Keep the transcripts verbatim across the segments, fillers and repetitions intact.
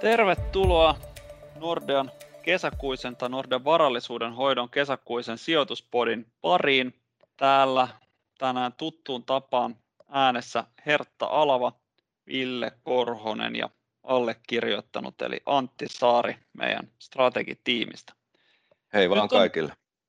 Tervetuloa Nordean kesäkuisen tai Nordean varallisuuden hoidon kesäkuisen sijoituspodin pariin. Täällä tänään tuttuun tapaan äänessä Hertta Alava, Ville Korhonen ja allekirjoittanut eli Antti Saari meidän strategitiimistä. Hei vaan on, kaikille.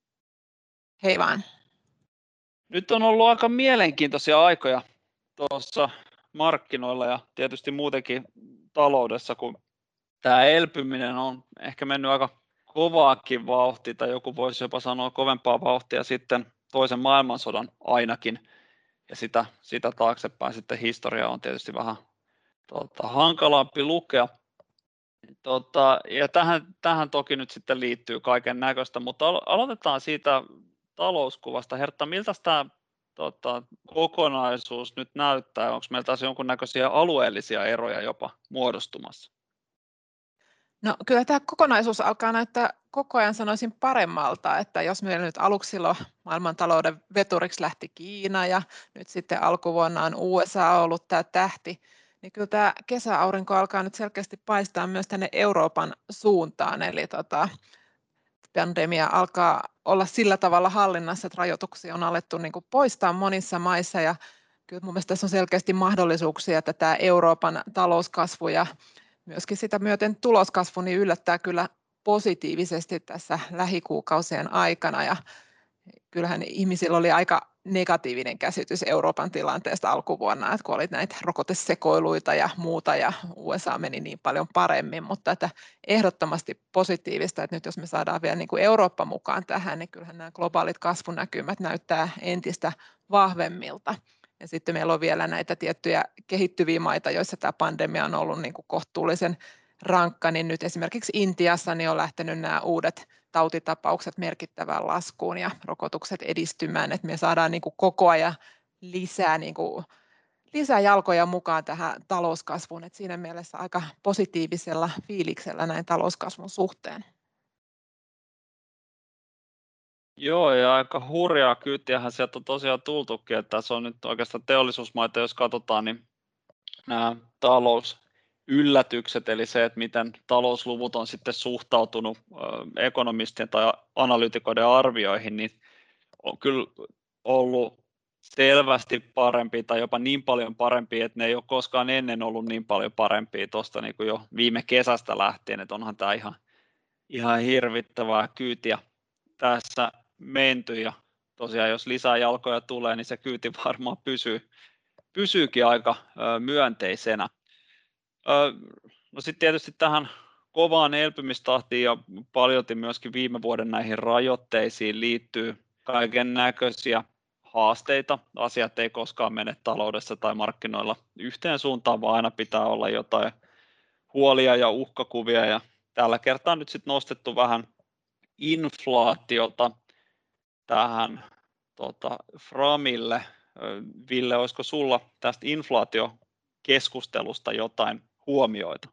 Hei vaan. Nyt on ollut aika mielenkiintoisia aikoja tuossa markkinoilla ja tietysti muutenkin taloudessa, kun tämä elpyminen on ehkä mennyt aika kovaakin vauhtia, tai joku voisi jopa sanoa kovempaa vauhtia sitten toisen maailmansodan ainakin, ja sitä, sitä taaksepäin sitten historia on tietysti vähän tota, hankalampi lukea. Tota, ja tähän, tähän toki nyt sitten liittyy kaiken näköistä, mutta aloitetaan siitä talouskuvasta. Hertta, miltä tämä tota, kokonaisuus nyt näyttää? Onko meillä taas jonkunnäköisiä alueellisia eroja jopa muodostumassa? No kyllä tämä kokonaisuus alkaa näyttää koko ajan, sanoisin, paremmalta, että jos meillä nyt aluksi silloin maailmantalouden veturiksi lähti Kiina ja nyt sitten alkuvuonna on U S A ollut tämä tähti, niin kyllä tämä kesäaurinko alkaa nyt selkeästi paistaa myös tänne Euroopan suuntaan, eli tota, pandemia alkaa olla sillä tavalla hallinnassa, että rajoituksia on alettu niin kuin poistaa monissa maissa ja kyllä mun mielestä tässä on selkeästi mahdollisuuksia, että tämä Euroopan talouskasvu ja myöskin sitä myöten tuloskasvu niin yllättää kyllä positiivisesti tässä lähikuukausien aikana ja kyllähän ihmisillä oli aika negatiivinen käsitys Euroopan tilanteesta alkuvuonna, että kun oli näitä rokotesekoiluita ja muuta ja U S A meni niin paljon paremmin, mutta että ehdottomasti positiivista, että nyt jos me saadaan vielä niin kuin Eurooppa mukaan tähän, niin kyllähän nämä globaalit kasvunäkymät näyttää entistä vahvemmilta. Ja sitten meillä on vielä näitä tiettyjä kehittyviä maita, joissa tämä pandemia on ollut niin kuin kohtuullisen rankka, niin nyt esimerkiksi Intiassa niin on lähtenyt nämä uudet tautitapaukset merkittävään laskuun ja rokotukset edistymään, että me saadaan niin kuin koko ajan lisää, niin kuin, lisää jalkoja mukaan tähän talouskasvuun, että siinä mielessä aika positiivisella fiiliksellä näin talouskasvun suhteen. Joo, ja aika hurjaa kyytiähän sieltä on tosiaan tultukin, että tässä on nyt oikeastaan teollisuusmaita, jos katsotaan, niin nämä talousyllätykset, eli se, että miten talousluvut on sitten suhtautunut ekonomistien tai analyytikoiden arvioihin, niin on kyllä ollut selvästi parempi tai jopa niin paljon parempi, että ne ei ole koskaan ennen ollut niin paljon parempia tuosta niin kuin jo viime kesästä lähtien, että onhan tämä ihan, ihan hirvittävää kyytiä tässä menty ja tosiaan jos lisää jalkoja tulee, niin se kyyti varmaan pysyy, pysyykin aika ö, myönteisenä. Ö, no sitten tietysti tähän kovaan elpymistahtiin ja paljolti myöskin viime vuoden näihin rajoitteisiin liittyy kaiken näköisiä haasteita. Asiat ei koskaan mene taloudessa tai markkinoilla yhteen suuntaan, vaan aina pitää olla jotain huolia ja uhkakuvia ja tällä kertaa nyt sitten nostettu vähän inflaatiota tähän tota, Framille. Ville, olisiko sulla tästä inflaatiokeskustelusta jotain huomioita?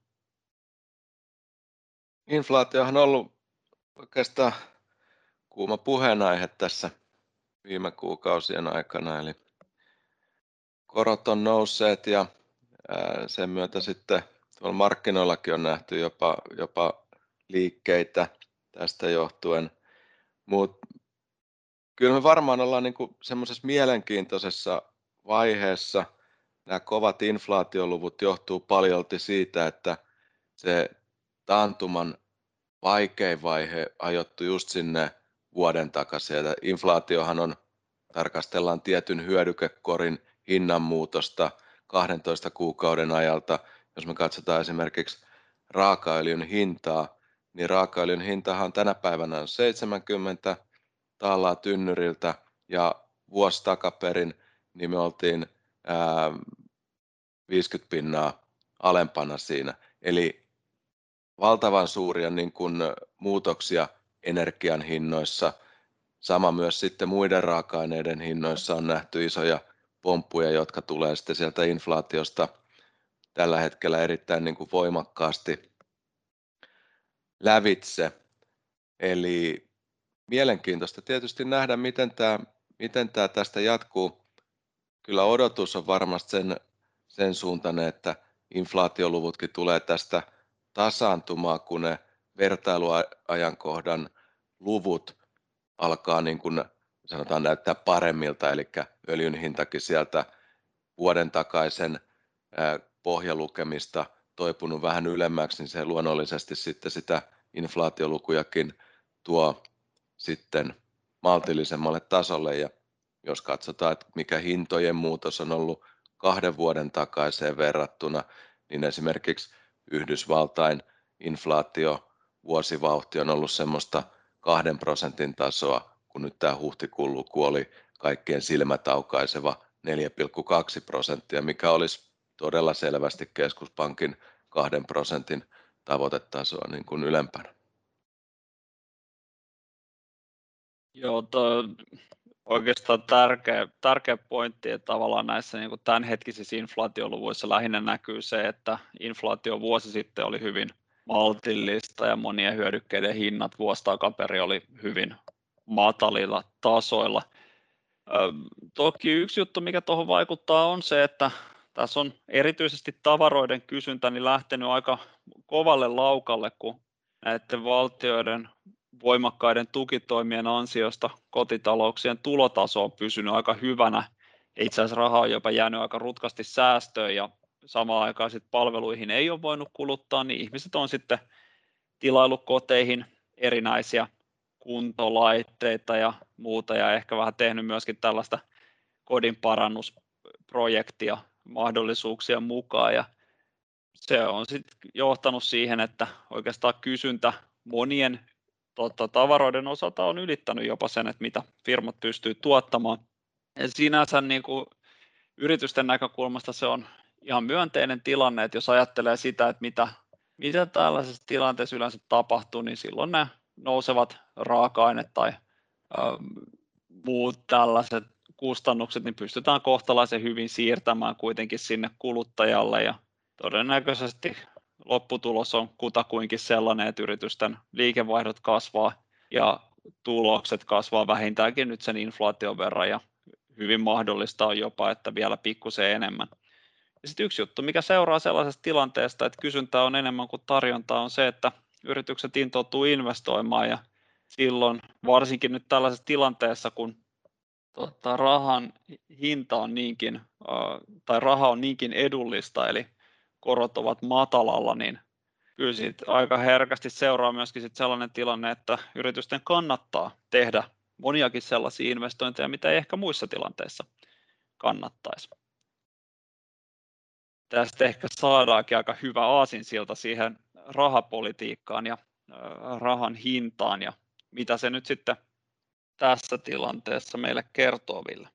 Inflaatiohan on ollut oikeastaan kuuma puheenaihe tässä viime kuukausien aikana, eli korot on nousseet ja sen myötä sitten tuolla markkinoillakin on nähty jopa, jopa liikkeitä tästä johtuen, mutta kyllä me varmaan ollaan niin kuin semmoisessa mielenkiintoisessa vaiheessa. Nämä kovat inflaatioluvut johtuu paljolti siitä, että se taantuman vaikein vaihe ajoittui just sinne vuoden takaisin. Ja inflaatiohan on, tarkastellaan tietyn hyödykekorin hinnanmuutosta kahdentoista kuukauden ajalta. Jos me katsotaan esimerkiksi raakaöljyn hintaa, niin raakaöljyn hintahan on tänä päivänä on seitsemänkymmentä taalaa tynnyriltä ja vuosi takaperin niin me oltiin ää, viisikymmentä pinnaa alempana siinä. Eli valtavan suuria niin kuin, muutoksia energian hinnoissa. Sama myös sitten muiden raaka-aineiden hinnoissa on nähty isoja pomppuja, jotka tulee sitten sieltä inflaatiosta tällä hetkellä erittäin niin kuin voimakkaasti lävitse. Eli mielenkiintoista tietysti nähdä, miten tämä, miten tämä tästä jatkuu. Kyllä odotus on varmasti sen, sen suuntainen, että inflaatioluvutkin tulee tästä tasaantumaan, kun ne vertailuajankohdan luvut alkaa niin kuin sanotaan näyttää paremmilta, eli öljyn hintakin sieltä vuoden takaisen pohjalukemista toipunut vähän ylemmäksi, niin se luonnollisesti sitten sitä inflaatiolukujakin tuo sitten maltillisemmalle tasolle. Ja jos katsotaan, että mikä hintojen muutos on ollut kahden vuoden takaiseen verrattuna, niin esimerkiksi Yhdysvaltain inflaatio vuosivauhti on ollut semmoista kahden prosentin tasoa, kun nyt tämä huhtikuun luku oli kaikkein silmätaukaiseva neljä pilkku kaksi prosenttia, mikä olisi todella selvästi keskuspankin kahden prosentin tavoitetasoa niin kuin ylempänä. Joo, toi oikeastaan tärkeä, tärkeä pointti, että tavallaan näissä niin kuin tämänhetkisissä inflaatioluvuissa lähinnä näkyy se, että inflaatio vuosi sitten oli hyvin maltillista ja monien hyödykkeiden hinnat vuosi takaperi oli hyvin matalilla tasoilla. Toki yksi juttu, mikä tuohon vaikuttaa, on se, että tässä on erityisesti tavaroiden kysyntä niin lähtenyt aika kovalle laukalle, kun näiden valtioiden voimakkaiden tukitoimien ansiosta kotitalouksien tulotaso on pysynyt aika hyvänä. Itse asiassa raha on jopa jäänyt aika rutkasti säästöön ja samaan aikaan sit palveluihin ei ole voinut kuluttaa, niin ihmiset on sitten tilaillut koteihin erinäisiä kuntolaitteita ja muuta ja ehkä vähän tehnyt myöskin tällaista kodin parannusprojektia mahdollisuuksia mukaan ja se on sitten johtanut siihen, että oikeastaan kysyntä monien tota, tavaroiden osalta on ylittänyt jopa sen, että mitä firmat pystyy tuottamaan. Ja sinänsä niin kuin yritysten näkökulmasta se on ihan myönteinen tilanne, että jos ajattelee sitä, että mitä, mitä tällaisessa tilanteessa yleensä tapahtuu, niin silloin nämä nousevat raaka-aineet tai ähm, muut tällaiset kustannukset, niin pystytään kohtalaisen hyvin siirtämään kuitenkin sinne kuluttajalle ja todennäköisesti lopputulos on kutakuinkin sellainen, että yritysten liikevaihdot kasvaa ja tulokset kasvaa vähintäänkin nyt sen inflaation verran ja hyvin mahdollista on jopa, että vielä pikkusen enemmän. Ja sitten yksi juttu, mikä seuraa sellaisesta tilanteesta, että kysyntää on enemmän kuin tarjontaa, on se, että yritykset intoutuu investoimaan ja silloin varsinkin nyt tällaisessa tilanteessa, kun tota, rahan hinta on niinkin, tai raha on niinkin edullista, eli korot ovat matalalla, niin kyllä siitä aika herkästi seuraa myöskin sit sellainen tilanne, että yritysten kannattaa tehdä moniakin sellaisia investointeja, mitä ei ehkä muissa tilanteissa kannattaisi. Tästä ehkä saadaankin aika hyvä aasinsilta siihen rahapolitiikkaan ja rahan hintaan ja mitä se nyt sitten tässä tilanteessa meille kertoo, Ville?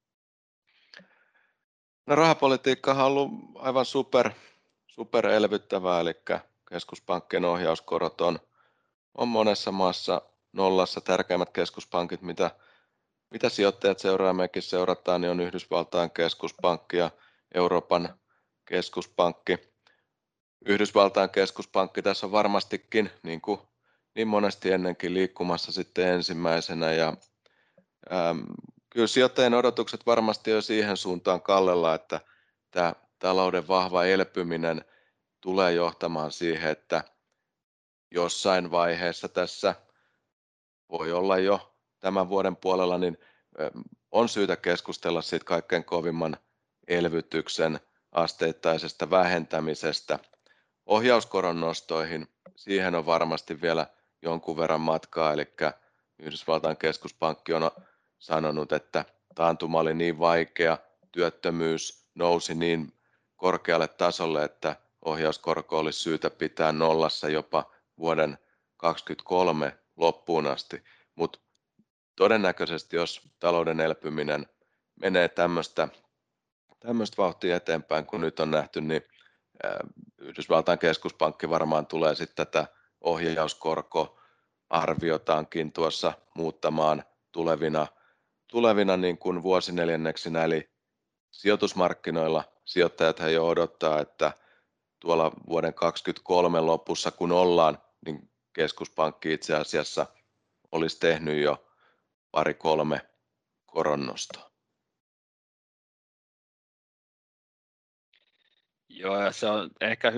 No, rahapolitiikka on ollut aivan super, super elvyttävää, eli keskuspankkien ohjauskorot on, on monessa maassa nollassa. Tärkeimmät keskuspankit, mitä, mitä sijoittajat seuraa, mekin seurataan, niin on Yhdysvaltain keskuspankki ja Euroopan keskuspankki. Yhdysvaltain keskuspankki tässä on varmastikin niin kuin niin monesti ennenkin liikkumassa sitten ensimmäisenä ja ähm, kyllä sijoittajien odotukset varmasti on siihen suuntaan kallella, että tämä talouden vahva elpyminen tulee johtamaan siihen, että jossain vaiheessa tässä voi olla jo tämän vuoden puolella, niin on syytä keskustella siitä kaikkein kovimman elvytyksen asteittaisesta vähentämisestä. Ohjauskoron nostoihin, siihen on varmasti vielä jonkun verran matkaa, eli Yhdysvaltain keskuspankki on sanonut, että taantuma oli niin vaikea, työttömyys nousi niin korkealle tasolle, että ohjauskorko olisi syytä pitää nollassa jopa vuoden kaksikymmentäkolme loppuun asti, mutta todennäköisesti jos talouden elpyminen menee tämmöistä tämmöistä vauhtia eteenpäin, kun nyt on nähty, niin Yhdysvaltain keskuspankki varmaan tulee sitten tätä ohjauskorkoarviotaankin tuossa muuttamaan tulevina, tulevina niin kuin vuosineljänneksinä, eli sijoitusmarkkinoilla sijoittajat jo odottaa, että tuolla vuoden kaksikymmentäkolme lopussa kun ollaan, niin keskuspankki itse asiassa olisi tehnyt jo pari kolme koronnostoa. Joo, ja se on ehkä hyvä,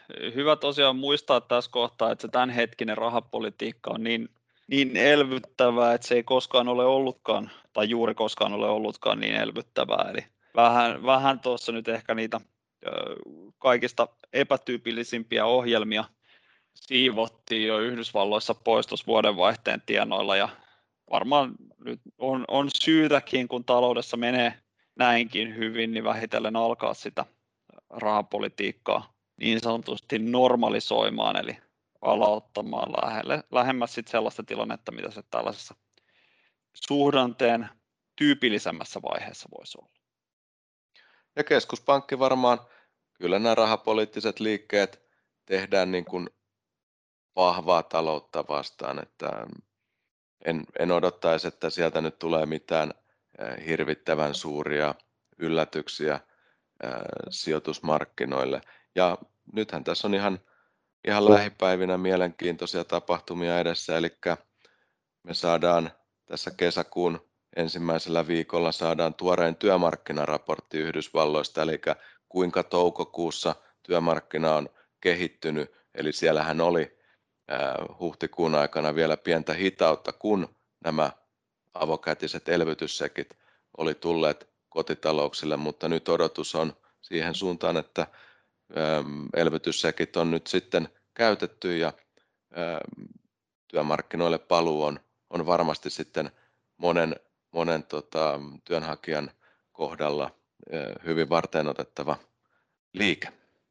hyvä tosiaan muistaa tässä kohtaa, että se tämänhetkinen rahapolitiikka on niin, niin elvyttävää, että se ei koskaan ole ollutkaan, tai juuri koskaan ole ollutkaan niin elvyttävää. Eli vähän, vähän tuossa nyt ehkä niitä ö, kaikista epätyypillisimpiä ohjelmia siivottiin jo Yhdysvalloissa pois tuossa vuodenvaihteen tienoilla, ja varmaan nyt on, on syytäkin, kun taloudessa menee näinkin hyvin, niin vähitellen alkaa sitä rahapolitiikkaa niin sanotusti normalisoimaan, eli palauttamaan lähelle, lähemmäs sit sellaista tilannetta, mitä se tällaisessa suhdanteen tyypillisemmässä vaiheessa voisi olla. Ja keskuspankki varmaan, kyllä nämä rahapoliittiset liikkeet tehdään niin kuin vahvaa taloutta vastaan, että en, en odottaisi, että sieltä nyt tulee mitään hirvittävän suuria yllätyksiä sijoitusmarkkinoille. Ja nythän tässä on ihan, ihan lähipäivinä mielenkiintoisia tapahtumia edessä, eli me saadaan tässä kesäkuun ensimmäisellä viikolla saadaan tuoreen työmarkkinaraportti Yhdysvalloista, eli kuinka toukokuussa työmarkkina on kehittynyt, eli siellähän oli huhtikuun aikana vielä pientä hitautta, kun nämä avokätiset elvytyssekit oli tulleet kotitalouksille, mutta nyt odotus on siihen suuntaan, että elvytyssekit on nyt sitten käytetty ja työmarkkinoille paluu on, on varmasti sitten monen, monen tota, työnhakijan kohdalla hyvin varteenotettava liike.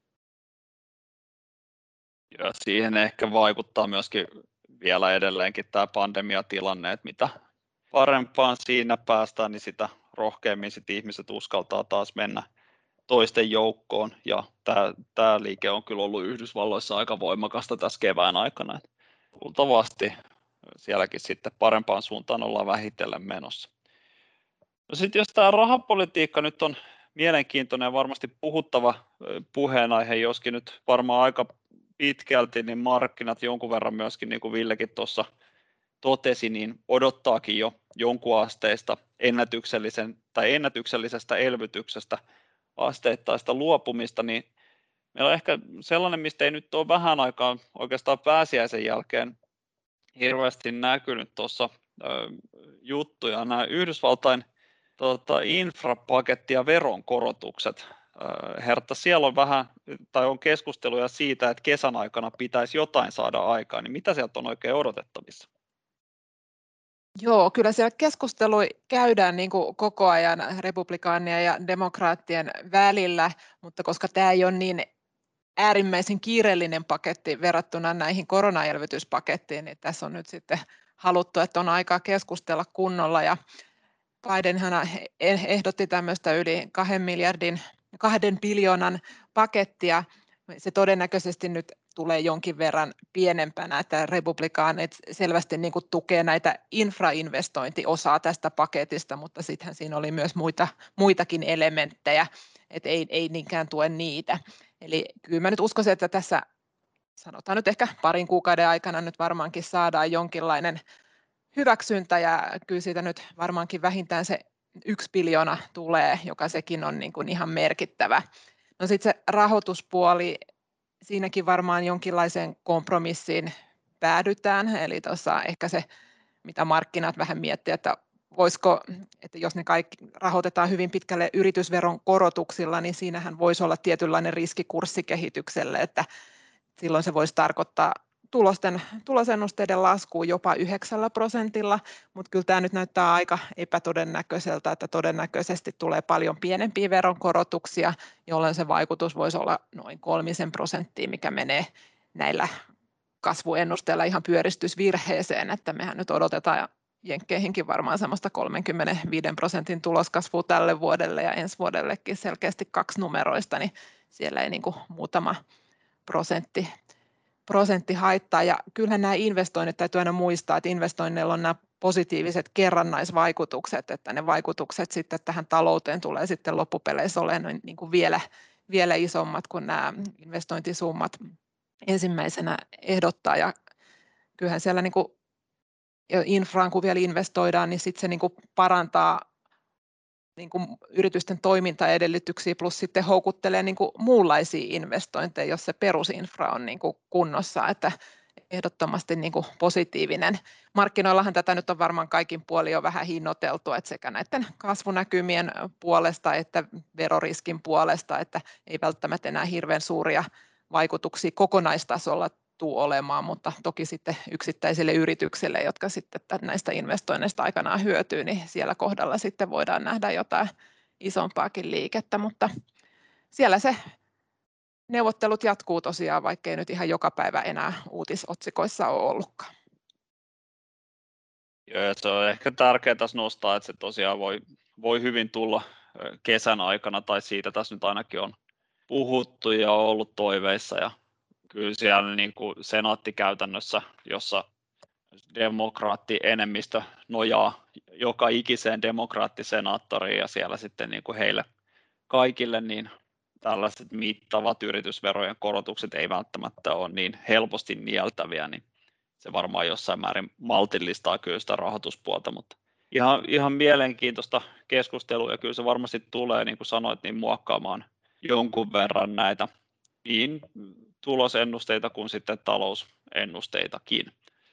Ja siihen ehkä vaikuttaa myöskin vielä edelleenkin tämä pandemiatilanne, että mitä parempaan siinä päästään, niin sitä rohkeammin sit ihmiset uskaltaa taas mennä toisten joukkoon. Ja tämä, tämä liike on kyllä ollut Yhdysvalloissa aika voimakasta tässä kevään aikana. Luultavasti sielläkin sitten parempaan suuntaan ollaan vähitellen menossa. No sitten jos tämä rahapolitiikka nyt on mielenkiintoinen ja varmasti puhuttava puheenaihe, joskin nyt varmaan aika pitkälti, niin markkinat jonkun verran myöskin, niin kuin Villekin tuossa totesi, niin odottaakin jo jonkun asteista ennätyksellisen tai ennätyksellisestä elvytyksestä asteittaista luopumista, niin meillä on ehkä sellainen, mistä ei nyt ole vähän aikaa oikeastaan pääsiäisen jälkeen hirveästi näkynyt tuossa juttuja, nämä Yhdysvaltain tota, infrapaketti ja veronkorotukset. Hertta, siellä on vähän, tai on keskusteluja siitä, että kesän aikana pitäisi jotain saada aikaan, niin mitä sieltä on oikein odotettavissa? Joo, kyllä siellä keskustelu käydään niin kuin koko ajan republikaanien ja demokraattien välillä, mutta koska tämä ei ole niin äärimmäisen kiireellinen paketti verrattuna näihin koronaelvytyspakettiin, niin tässä on nyt sitten haluttu, että on aikaa keskustella kunnolla, ja Bidenhan ehdotti tämmöistä yli kahden miljardin, kahden biljoonan pakettia. Se todennäköisesti nyt tulee jonkin verran pienempänä, että republikaanit selvästi niin kuin tukee näitä infrainvestointiosaa tästä paketista, mutta sittenhän siinä oli myös muita, muitakin elementtejä, että ei, ei niinkään tue niitä. Eli kyllä mä nyt uskoisin, että tässä sanotaan nyt ehkä parin kuukauden aikana nyt varmaankin saadaan jonkinlainen hyväksyntä, ja kyllä siitä nyt varmaankin vähintään se yksi biljoona tulee, joka sekin on niin kuin ihan merkittävä. No sitten se rahoituspuoli, siinäkin varmaan jonkinlaiseen kompromissiin päädytään, eli tuossa ehkä se, mitä markkinat vähän miettii, että voisiko, että jos ne kaikki rahoitetaan hyvin pitkälle yritysveron korotuksilla, niin siinähän voisi olla tietynlainen riski kurssikehitykselle, että silloin se voisi tarkoittaa tulosten, tulosennusteiden laskuun jopa yhdeksällä prosentilla, mutta kyllä tämä nyt näyttää aika epätodennäköiseltä, että todennäköisesti tulee paljon pienempiä veronkorotuksia, jolloin se vaikutus voisi olla noin kolmisen prosenttia, mikä menee näillä kasvuennusteilla ihan pyöristysvirheeseen, että mehän nyt odotetaan jenkkeihinkin varmaan semmoista kolmekymmentäviisi prosentin tuloskasvua tälle vuodelle ja ensi vuodellekin selkeästi kaksinumeroista, niin siellä ei niin kuin muutama prosentti prosentti haittaa, ja kyllähän nämä investoinnit täytyy aina muistaa, että investoinneilla on nämä positiiviset kerrannaisvaikutukset, että ne vaikutukset sitten tähän talouteen tulee sitten loppupeleissä olemaan niin kuin vielä, vielä isommat kuin nämä investointisummat ensimmäisenä ehdottaa, ja kyllähän siellä niin kuin infraan kun vielä investoidaan, niin sitten se niin kuin parantaa niin kuin yritysten toimintaedellytyksiä plus sitten houkuttelee niin kuin muunlaisia investointeja, jos se perusinfra on niin kuin kunnossa, että ehdottomasti niin kuin positiivinen. Markkinoillahan tätä nyt on varmaan kaikin puolin jo vähän hinnoiteltu, että sekä näiden kasvunäkymien puolesta että veroriskin puolesta, että ei välttämättä enää hirveän suuria vaikutuksia kokonaistasolla tuu olemaan, mutta toki sitten yksittäisille yrityksille, jotka sitten näistä investoinneista aikanaan hyötyy, niin siellä kohdalla sitten voidaan nähdä jotain isompaakin liikettä, mutta siellä se neuvottelut jatkuu tosiaan, vaikkei nyt ihan joka päivä enää uutisotsikoissa ole ollutkaan. Joo, ja se on ehkä tärkeää tässä nostaa, että se tosiaan voi, voi hyvin tulla kesän aikana, tai siitä tässä nyt ainakin on puhuttu ja ollut toiveissa, ja kyllä siellä niin kuin senaattikäytännössä, jossa demokraattienemmistö nojaa joka ikiseen demokraattisenaattoriin, ja siellä sitten niin kuin heille kaikille niin tällaiset mittavat yritysverojen korotukset ei välttämättä ole niin helposti nieltäviä, niin se varmaan jossain määrin maltillistaa kyllä sitä rahoituspuolta, mutta ihan, ihan mielenkiintoista keskustelua, ja kyllä se varmasti tulee, niin kuin sanoit, niin muokkaamaan jonkun verran näitä niin tulosennusteita kuin sitten talousennusteitakin.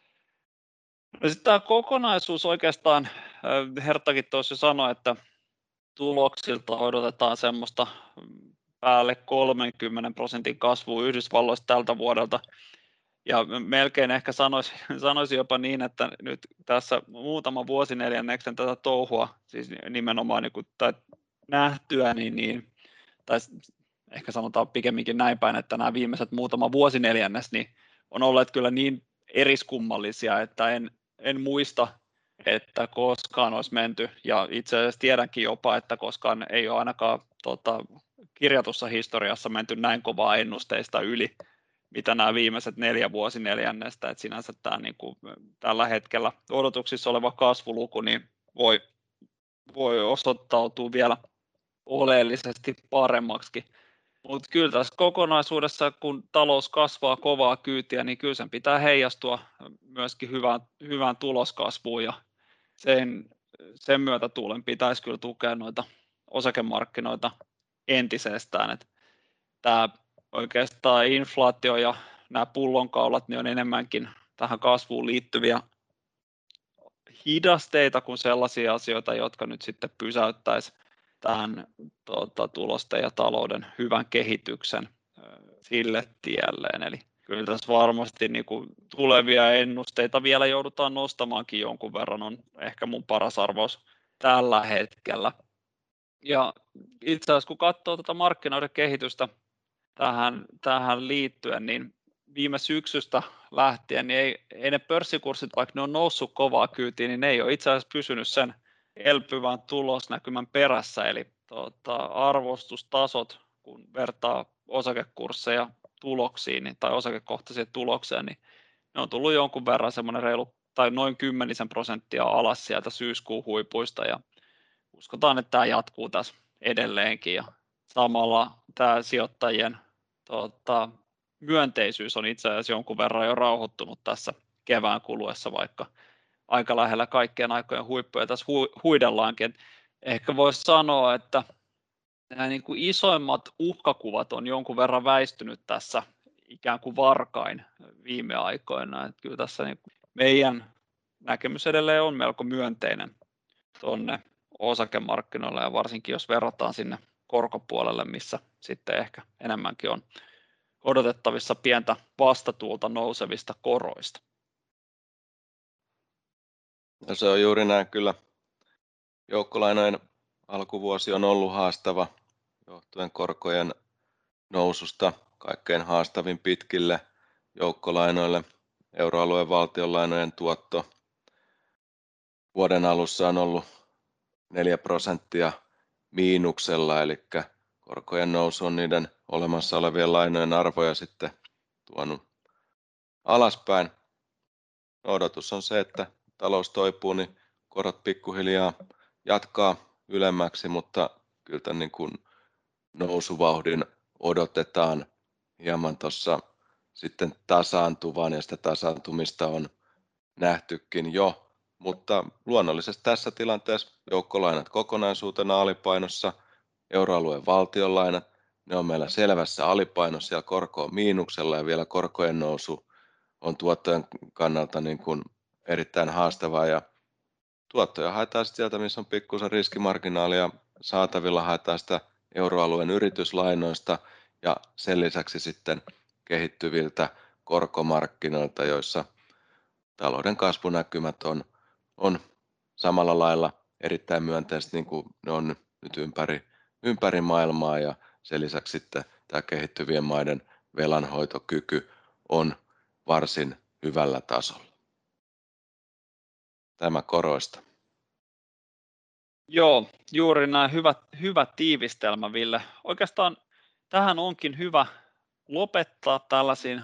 No sitten tämä kokonaisuus oikeastaan, Herttakin tuossa sanoi, että tuloksilta odotetaan semmoista päälle kolmenkymmenen prosentin kasvua Yhdysvalloista tältä vuodelta, ja melkein ehkä sanoisin, sanoisin jopa niin, että nyt tässä muutama vuosineljänneksen tätä touhua, siis nimenomaan niin kuin, tai nähtyä, niin, niin, tai ehkä sanotaan pikemminkin näin päin, että nämä viimeiset muutama vuosineljännes niin on olleet kyllä niin eriskummallisia, että en, en muista, että koskaan olisi menty, ja itse asiassa tiedänkin jopa, että koskaan ei ole ainakaan tota, kirjatussa historiassa menty näin kovaa ennusteista yli, mitä nämä viimeiset neljä vuosineljännestä, että sinänsä tämä niin kuin tällä hetkellä odotuksissa oleva kasvuluku niin voi, voi osoittautua vielä oleellisesti paremmaksi. Mutta kyllä tässä kokonaisuudessa, kun talous kasvaa kovaa kyytiä, niin kyllä sen pitää heijastua myöskin hyvään, hyvään tuloskasvuun, ja sen, sen myötä tuulen pitäisi kyllä tukea noita osakemarkkinoita entisestään. Että tämä oikeastaan inflaatio ja nämä pullonkaulat niin on enemmänkin tähän kasvuun liittyviä hidasteita kuin sellaisia asioita, jotka nyt sitten pysäyttäisi tähän tuota, tulosten ja talouden hyvän kehityksen sille tielleen. Eli kyllä tässä varmasti niin kuin tulevia ennusteita vielä joudutaan nostamaankin jonkun verran, on ehkä mun paras arvaus tällä hetkellä. Ja itse asiassa kun katsoo tätä markkinoiden kehitystä tähän, tähän liittyen, niin viime syksystä lähtien niin ei, ei ne pörssikurssit, vaikka ne on noussut kovaa kyytiin, niin ne ei ole itse asiassa pysynyt sen elpyvän tulosnäkymän perässä, eli tuota, arvostustasot, kun vertaa osakekursseja tuloksiin niin, tai osakekohtaisiin tulokseen, niin ne on tullut jonkun verran semmoinen reilu tai noin kymmenisen prosenttia alas sieltä syyskuun huipuista, ja uskotaan, että tämä jatkuu tässä edelleenkin, ja samalla tämä sijoittajien tuota, myönteisyys on itse asiassa jonkun verran jo rauhoittunut tässä kevään kuluessa, vaikka aika lähellä kaikkien aikojen huippuja tässä hu- huidellaankin. Ehkä voisi sanoa, että nämä niin kuin isoimmat uhkakuvat on jonkun verran väistynyt tässä ikään kuin varkain viime aikoina. Että kyllä tässä niin kuin meidän näkemys edelleen on melko myönteinen tuonne osakemarkkinoille, ja varsinkin jos verrataan sinne korkopuolelle, missä sitten ehkä enemmänkin on odotettavissa pientä vastatuulta nousevista koroista. No se on juuri näin kyllä. Joukkolainojen alkuvuosi on ollut haastava johtuen korkojen noususta, kaikkein haastavin pitkille joukkolainoille. Euroalueen valtionlainojen tuotto vuoden alussa on ollut neljä prosenttia miinuksella, eli korkojen nousu on niiden olemassa olevien lainojen arvoja sitten tuonut alaspäin. Odotus on se, että talous toipuu, niin korot pikkuhiljaa jatkaa ylemmäksi, mutta kyllä tämän niin kuin nousuvauhdin odotetaan hieman tuossa sitten tasaantuvan, ja sitä tasaantumista on nähtykin jo mutta luonnollisesti tässä tilanteessa joukkolainat kokonaisuutena alipainossa, euroalueen valtionlainat, ne on meillä selvässä alipainossa ja korko on miinuksella ja vielä korkojen nousu on tuottojen kannalta niin kuin erittäin haastavaa ja tuottoja haetaan sieltä, missä on pikkusen riskimarginaalia saatavilla, haetaan sitä euroalueen yrityslainoista ja sen lisäksi sitten kehittyviltä korkomarkkinoilta, joissa talouden kasvunäkymät on, on samalla lailla erittäin myönteiset, niin kuin ne on nyt ympäri, ympäri maailmaa ja sen lisäksi sitten tämä kehittyvien maiden velanhoitokyky on varsin hyvällä tasolla. Tämä koroista. Joo, juuri näin. Hyvä, hyvä tiivistelmä, Ville. Oikeastaan tähän onkin hyvä lopettaa tällaisiin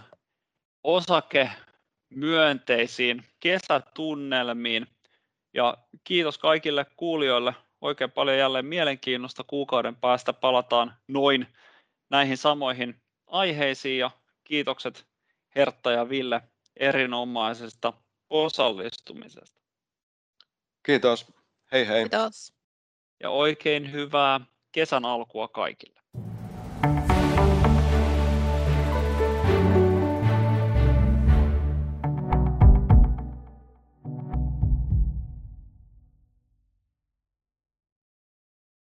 osakemyönteisiin kesätunnelmiin. Ja kiitos kaikille kuulijoille oikein paljon jälleen mielenkiinnosta. Kuukauden päästä palataan noin näihin samoihin aiheisiin ja kiitokset Hertta ja Ville erinomaisesta osallistumisesta. Kiitos. Hei hei. Kiitos. Ja oikein hyvää kesän alkua kaikille.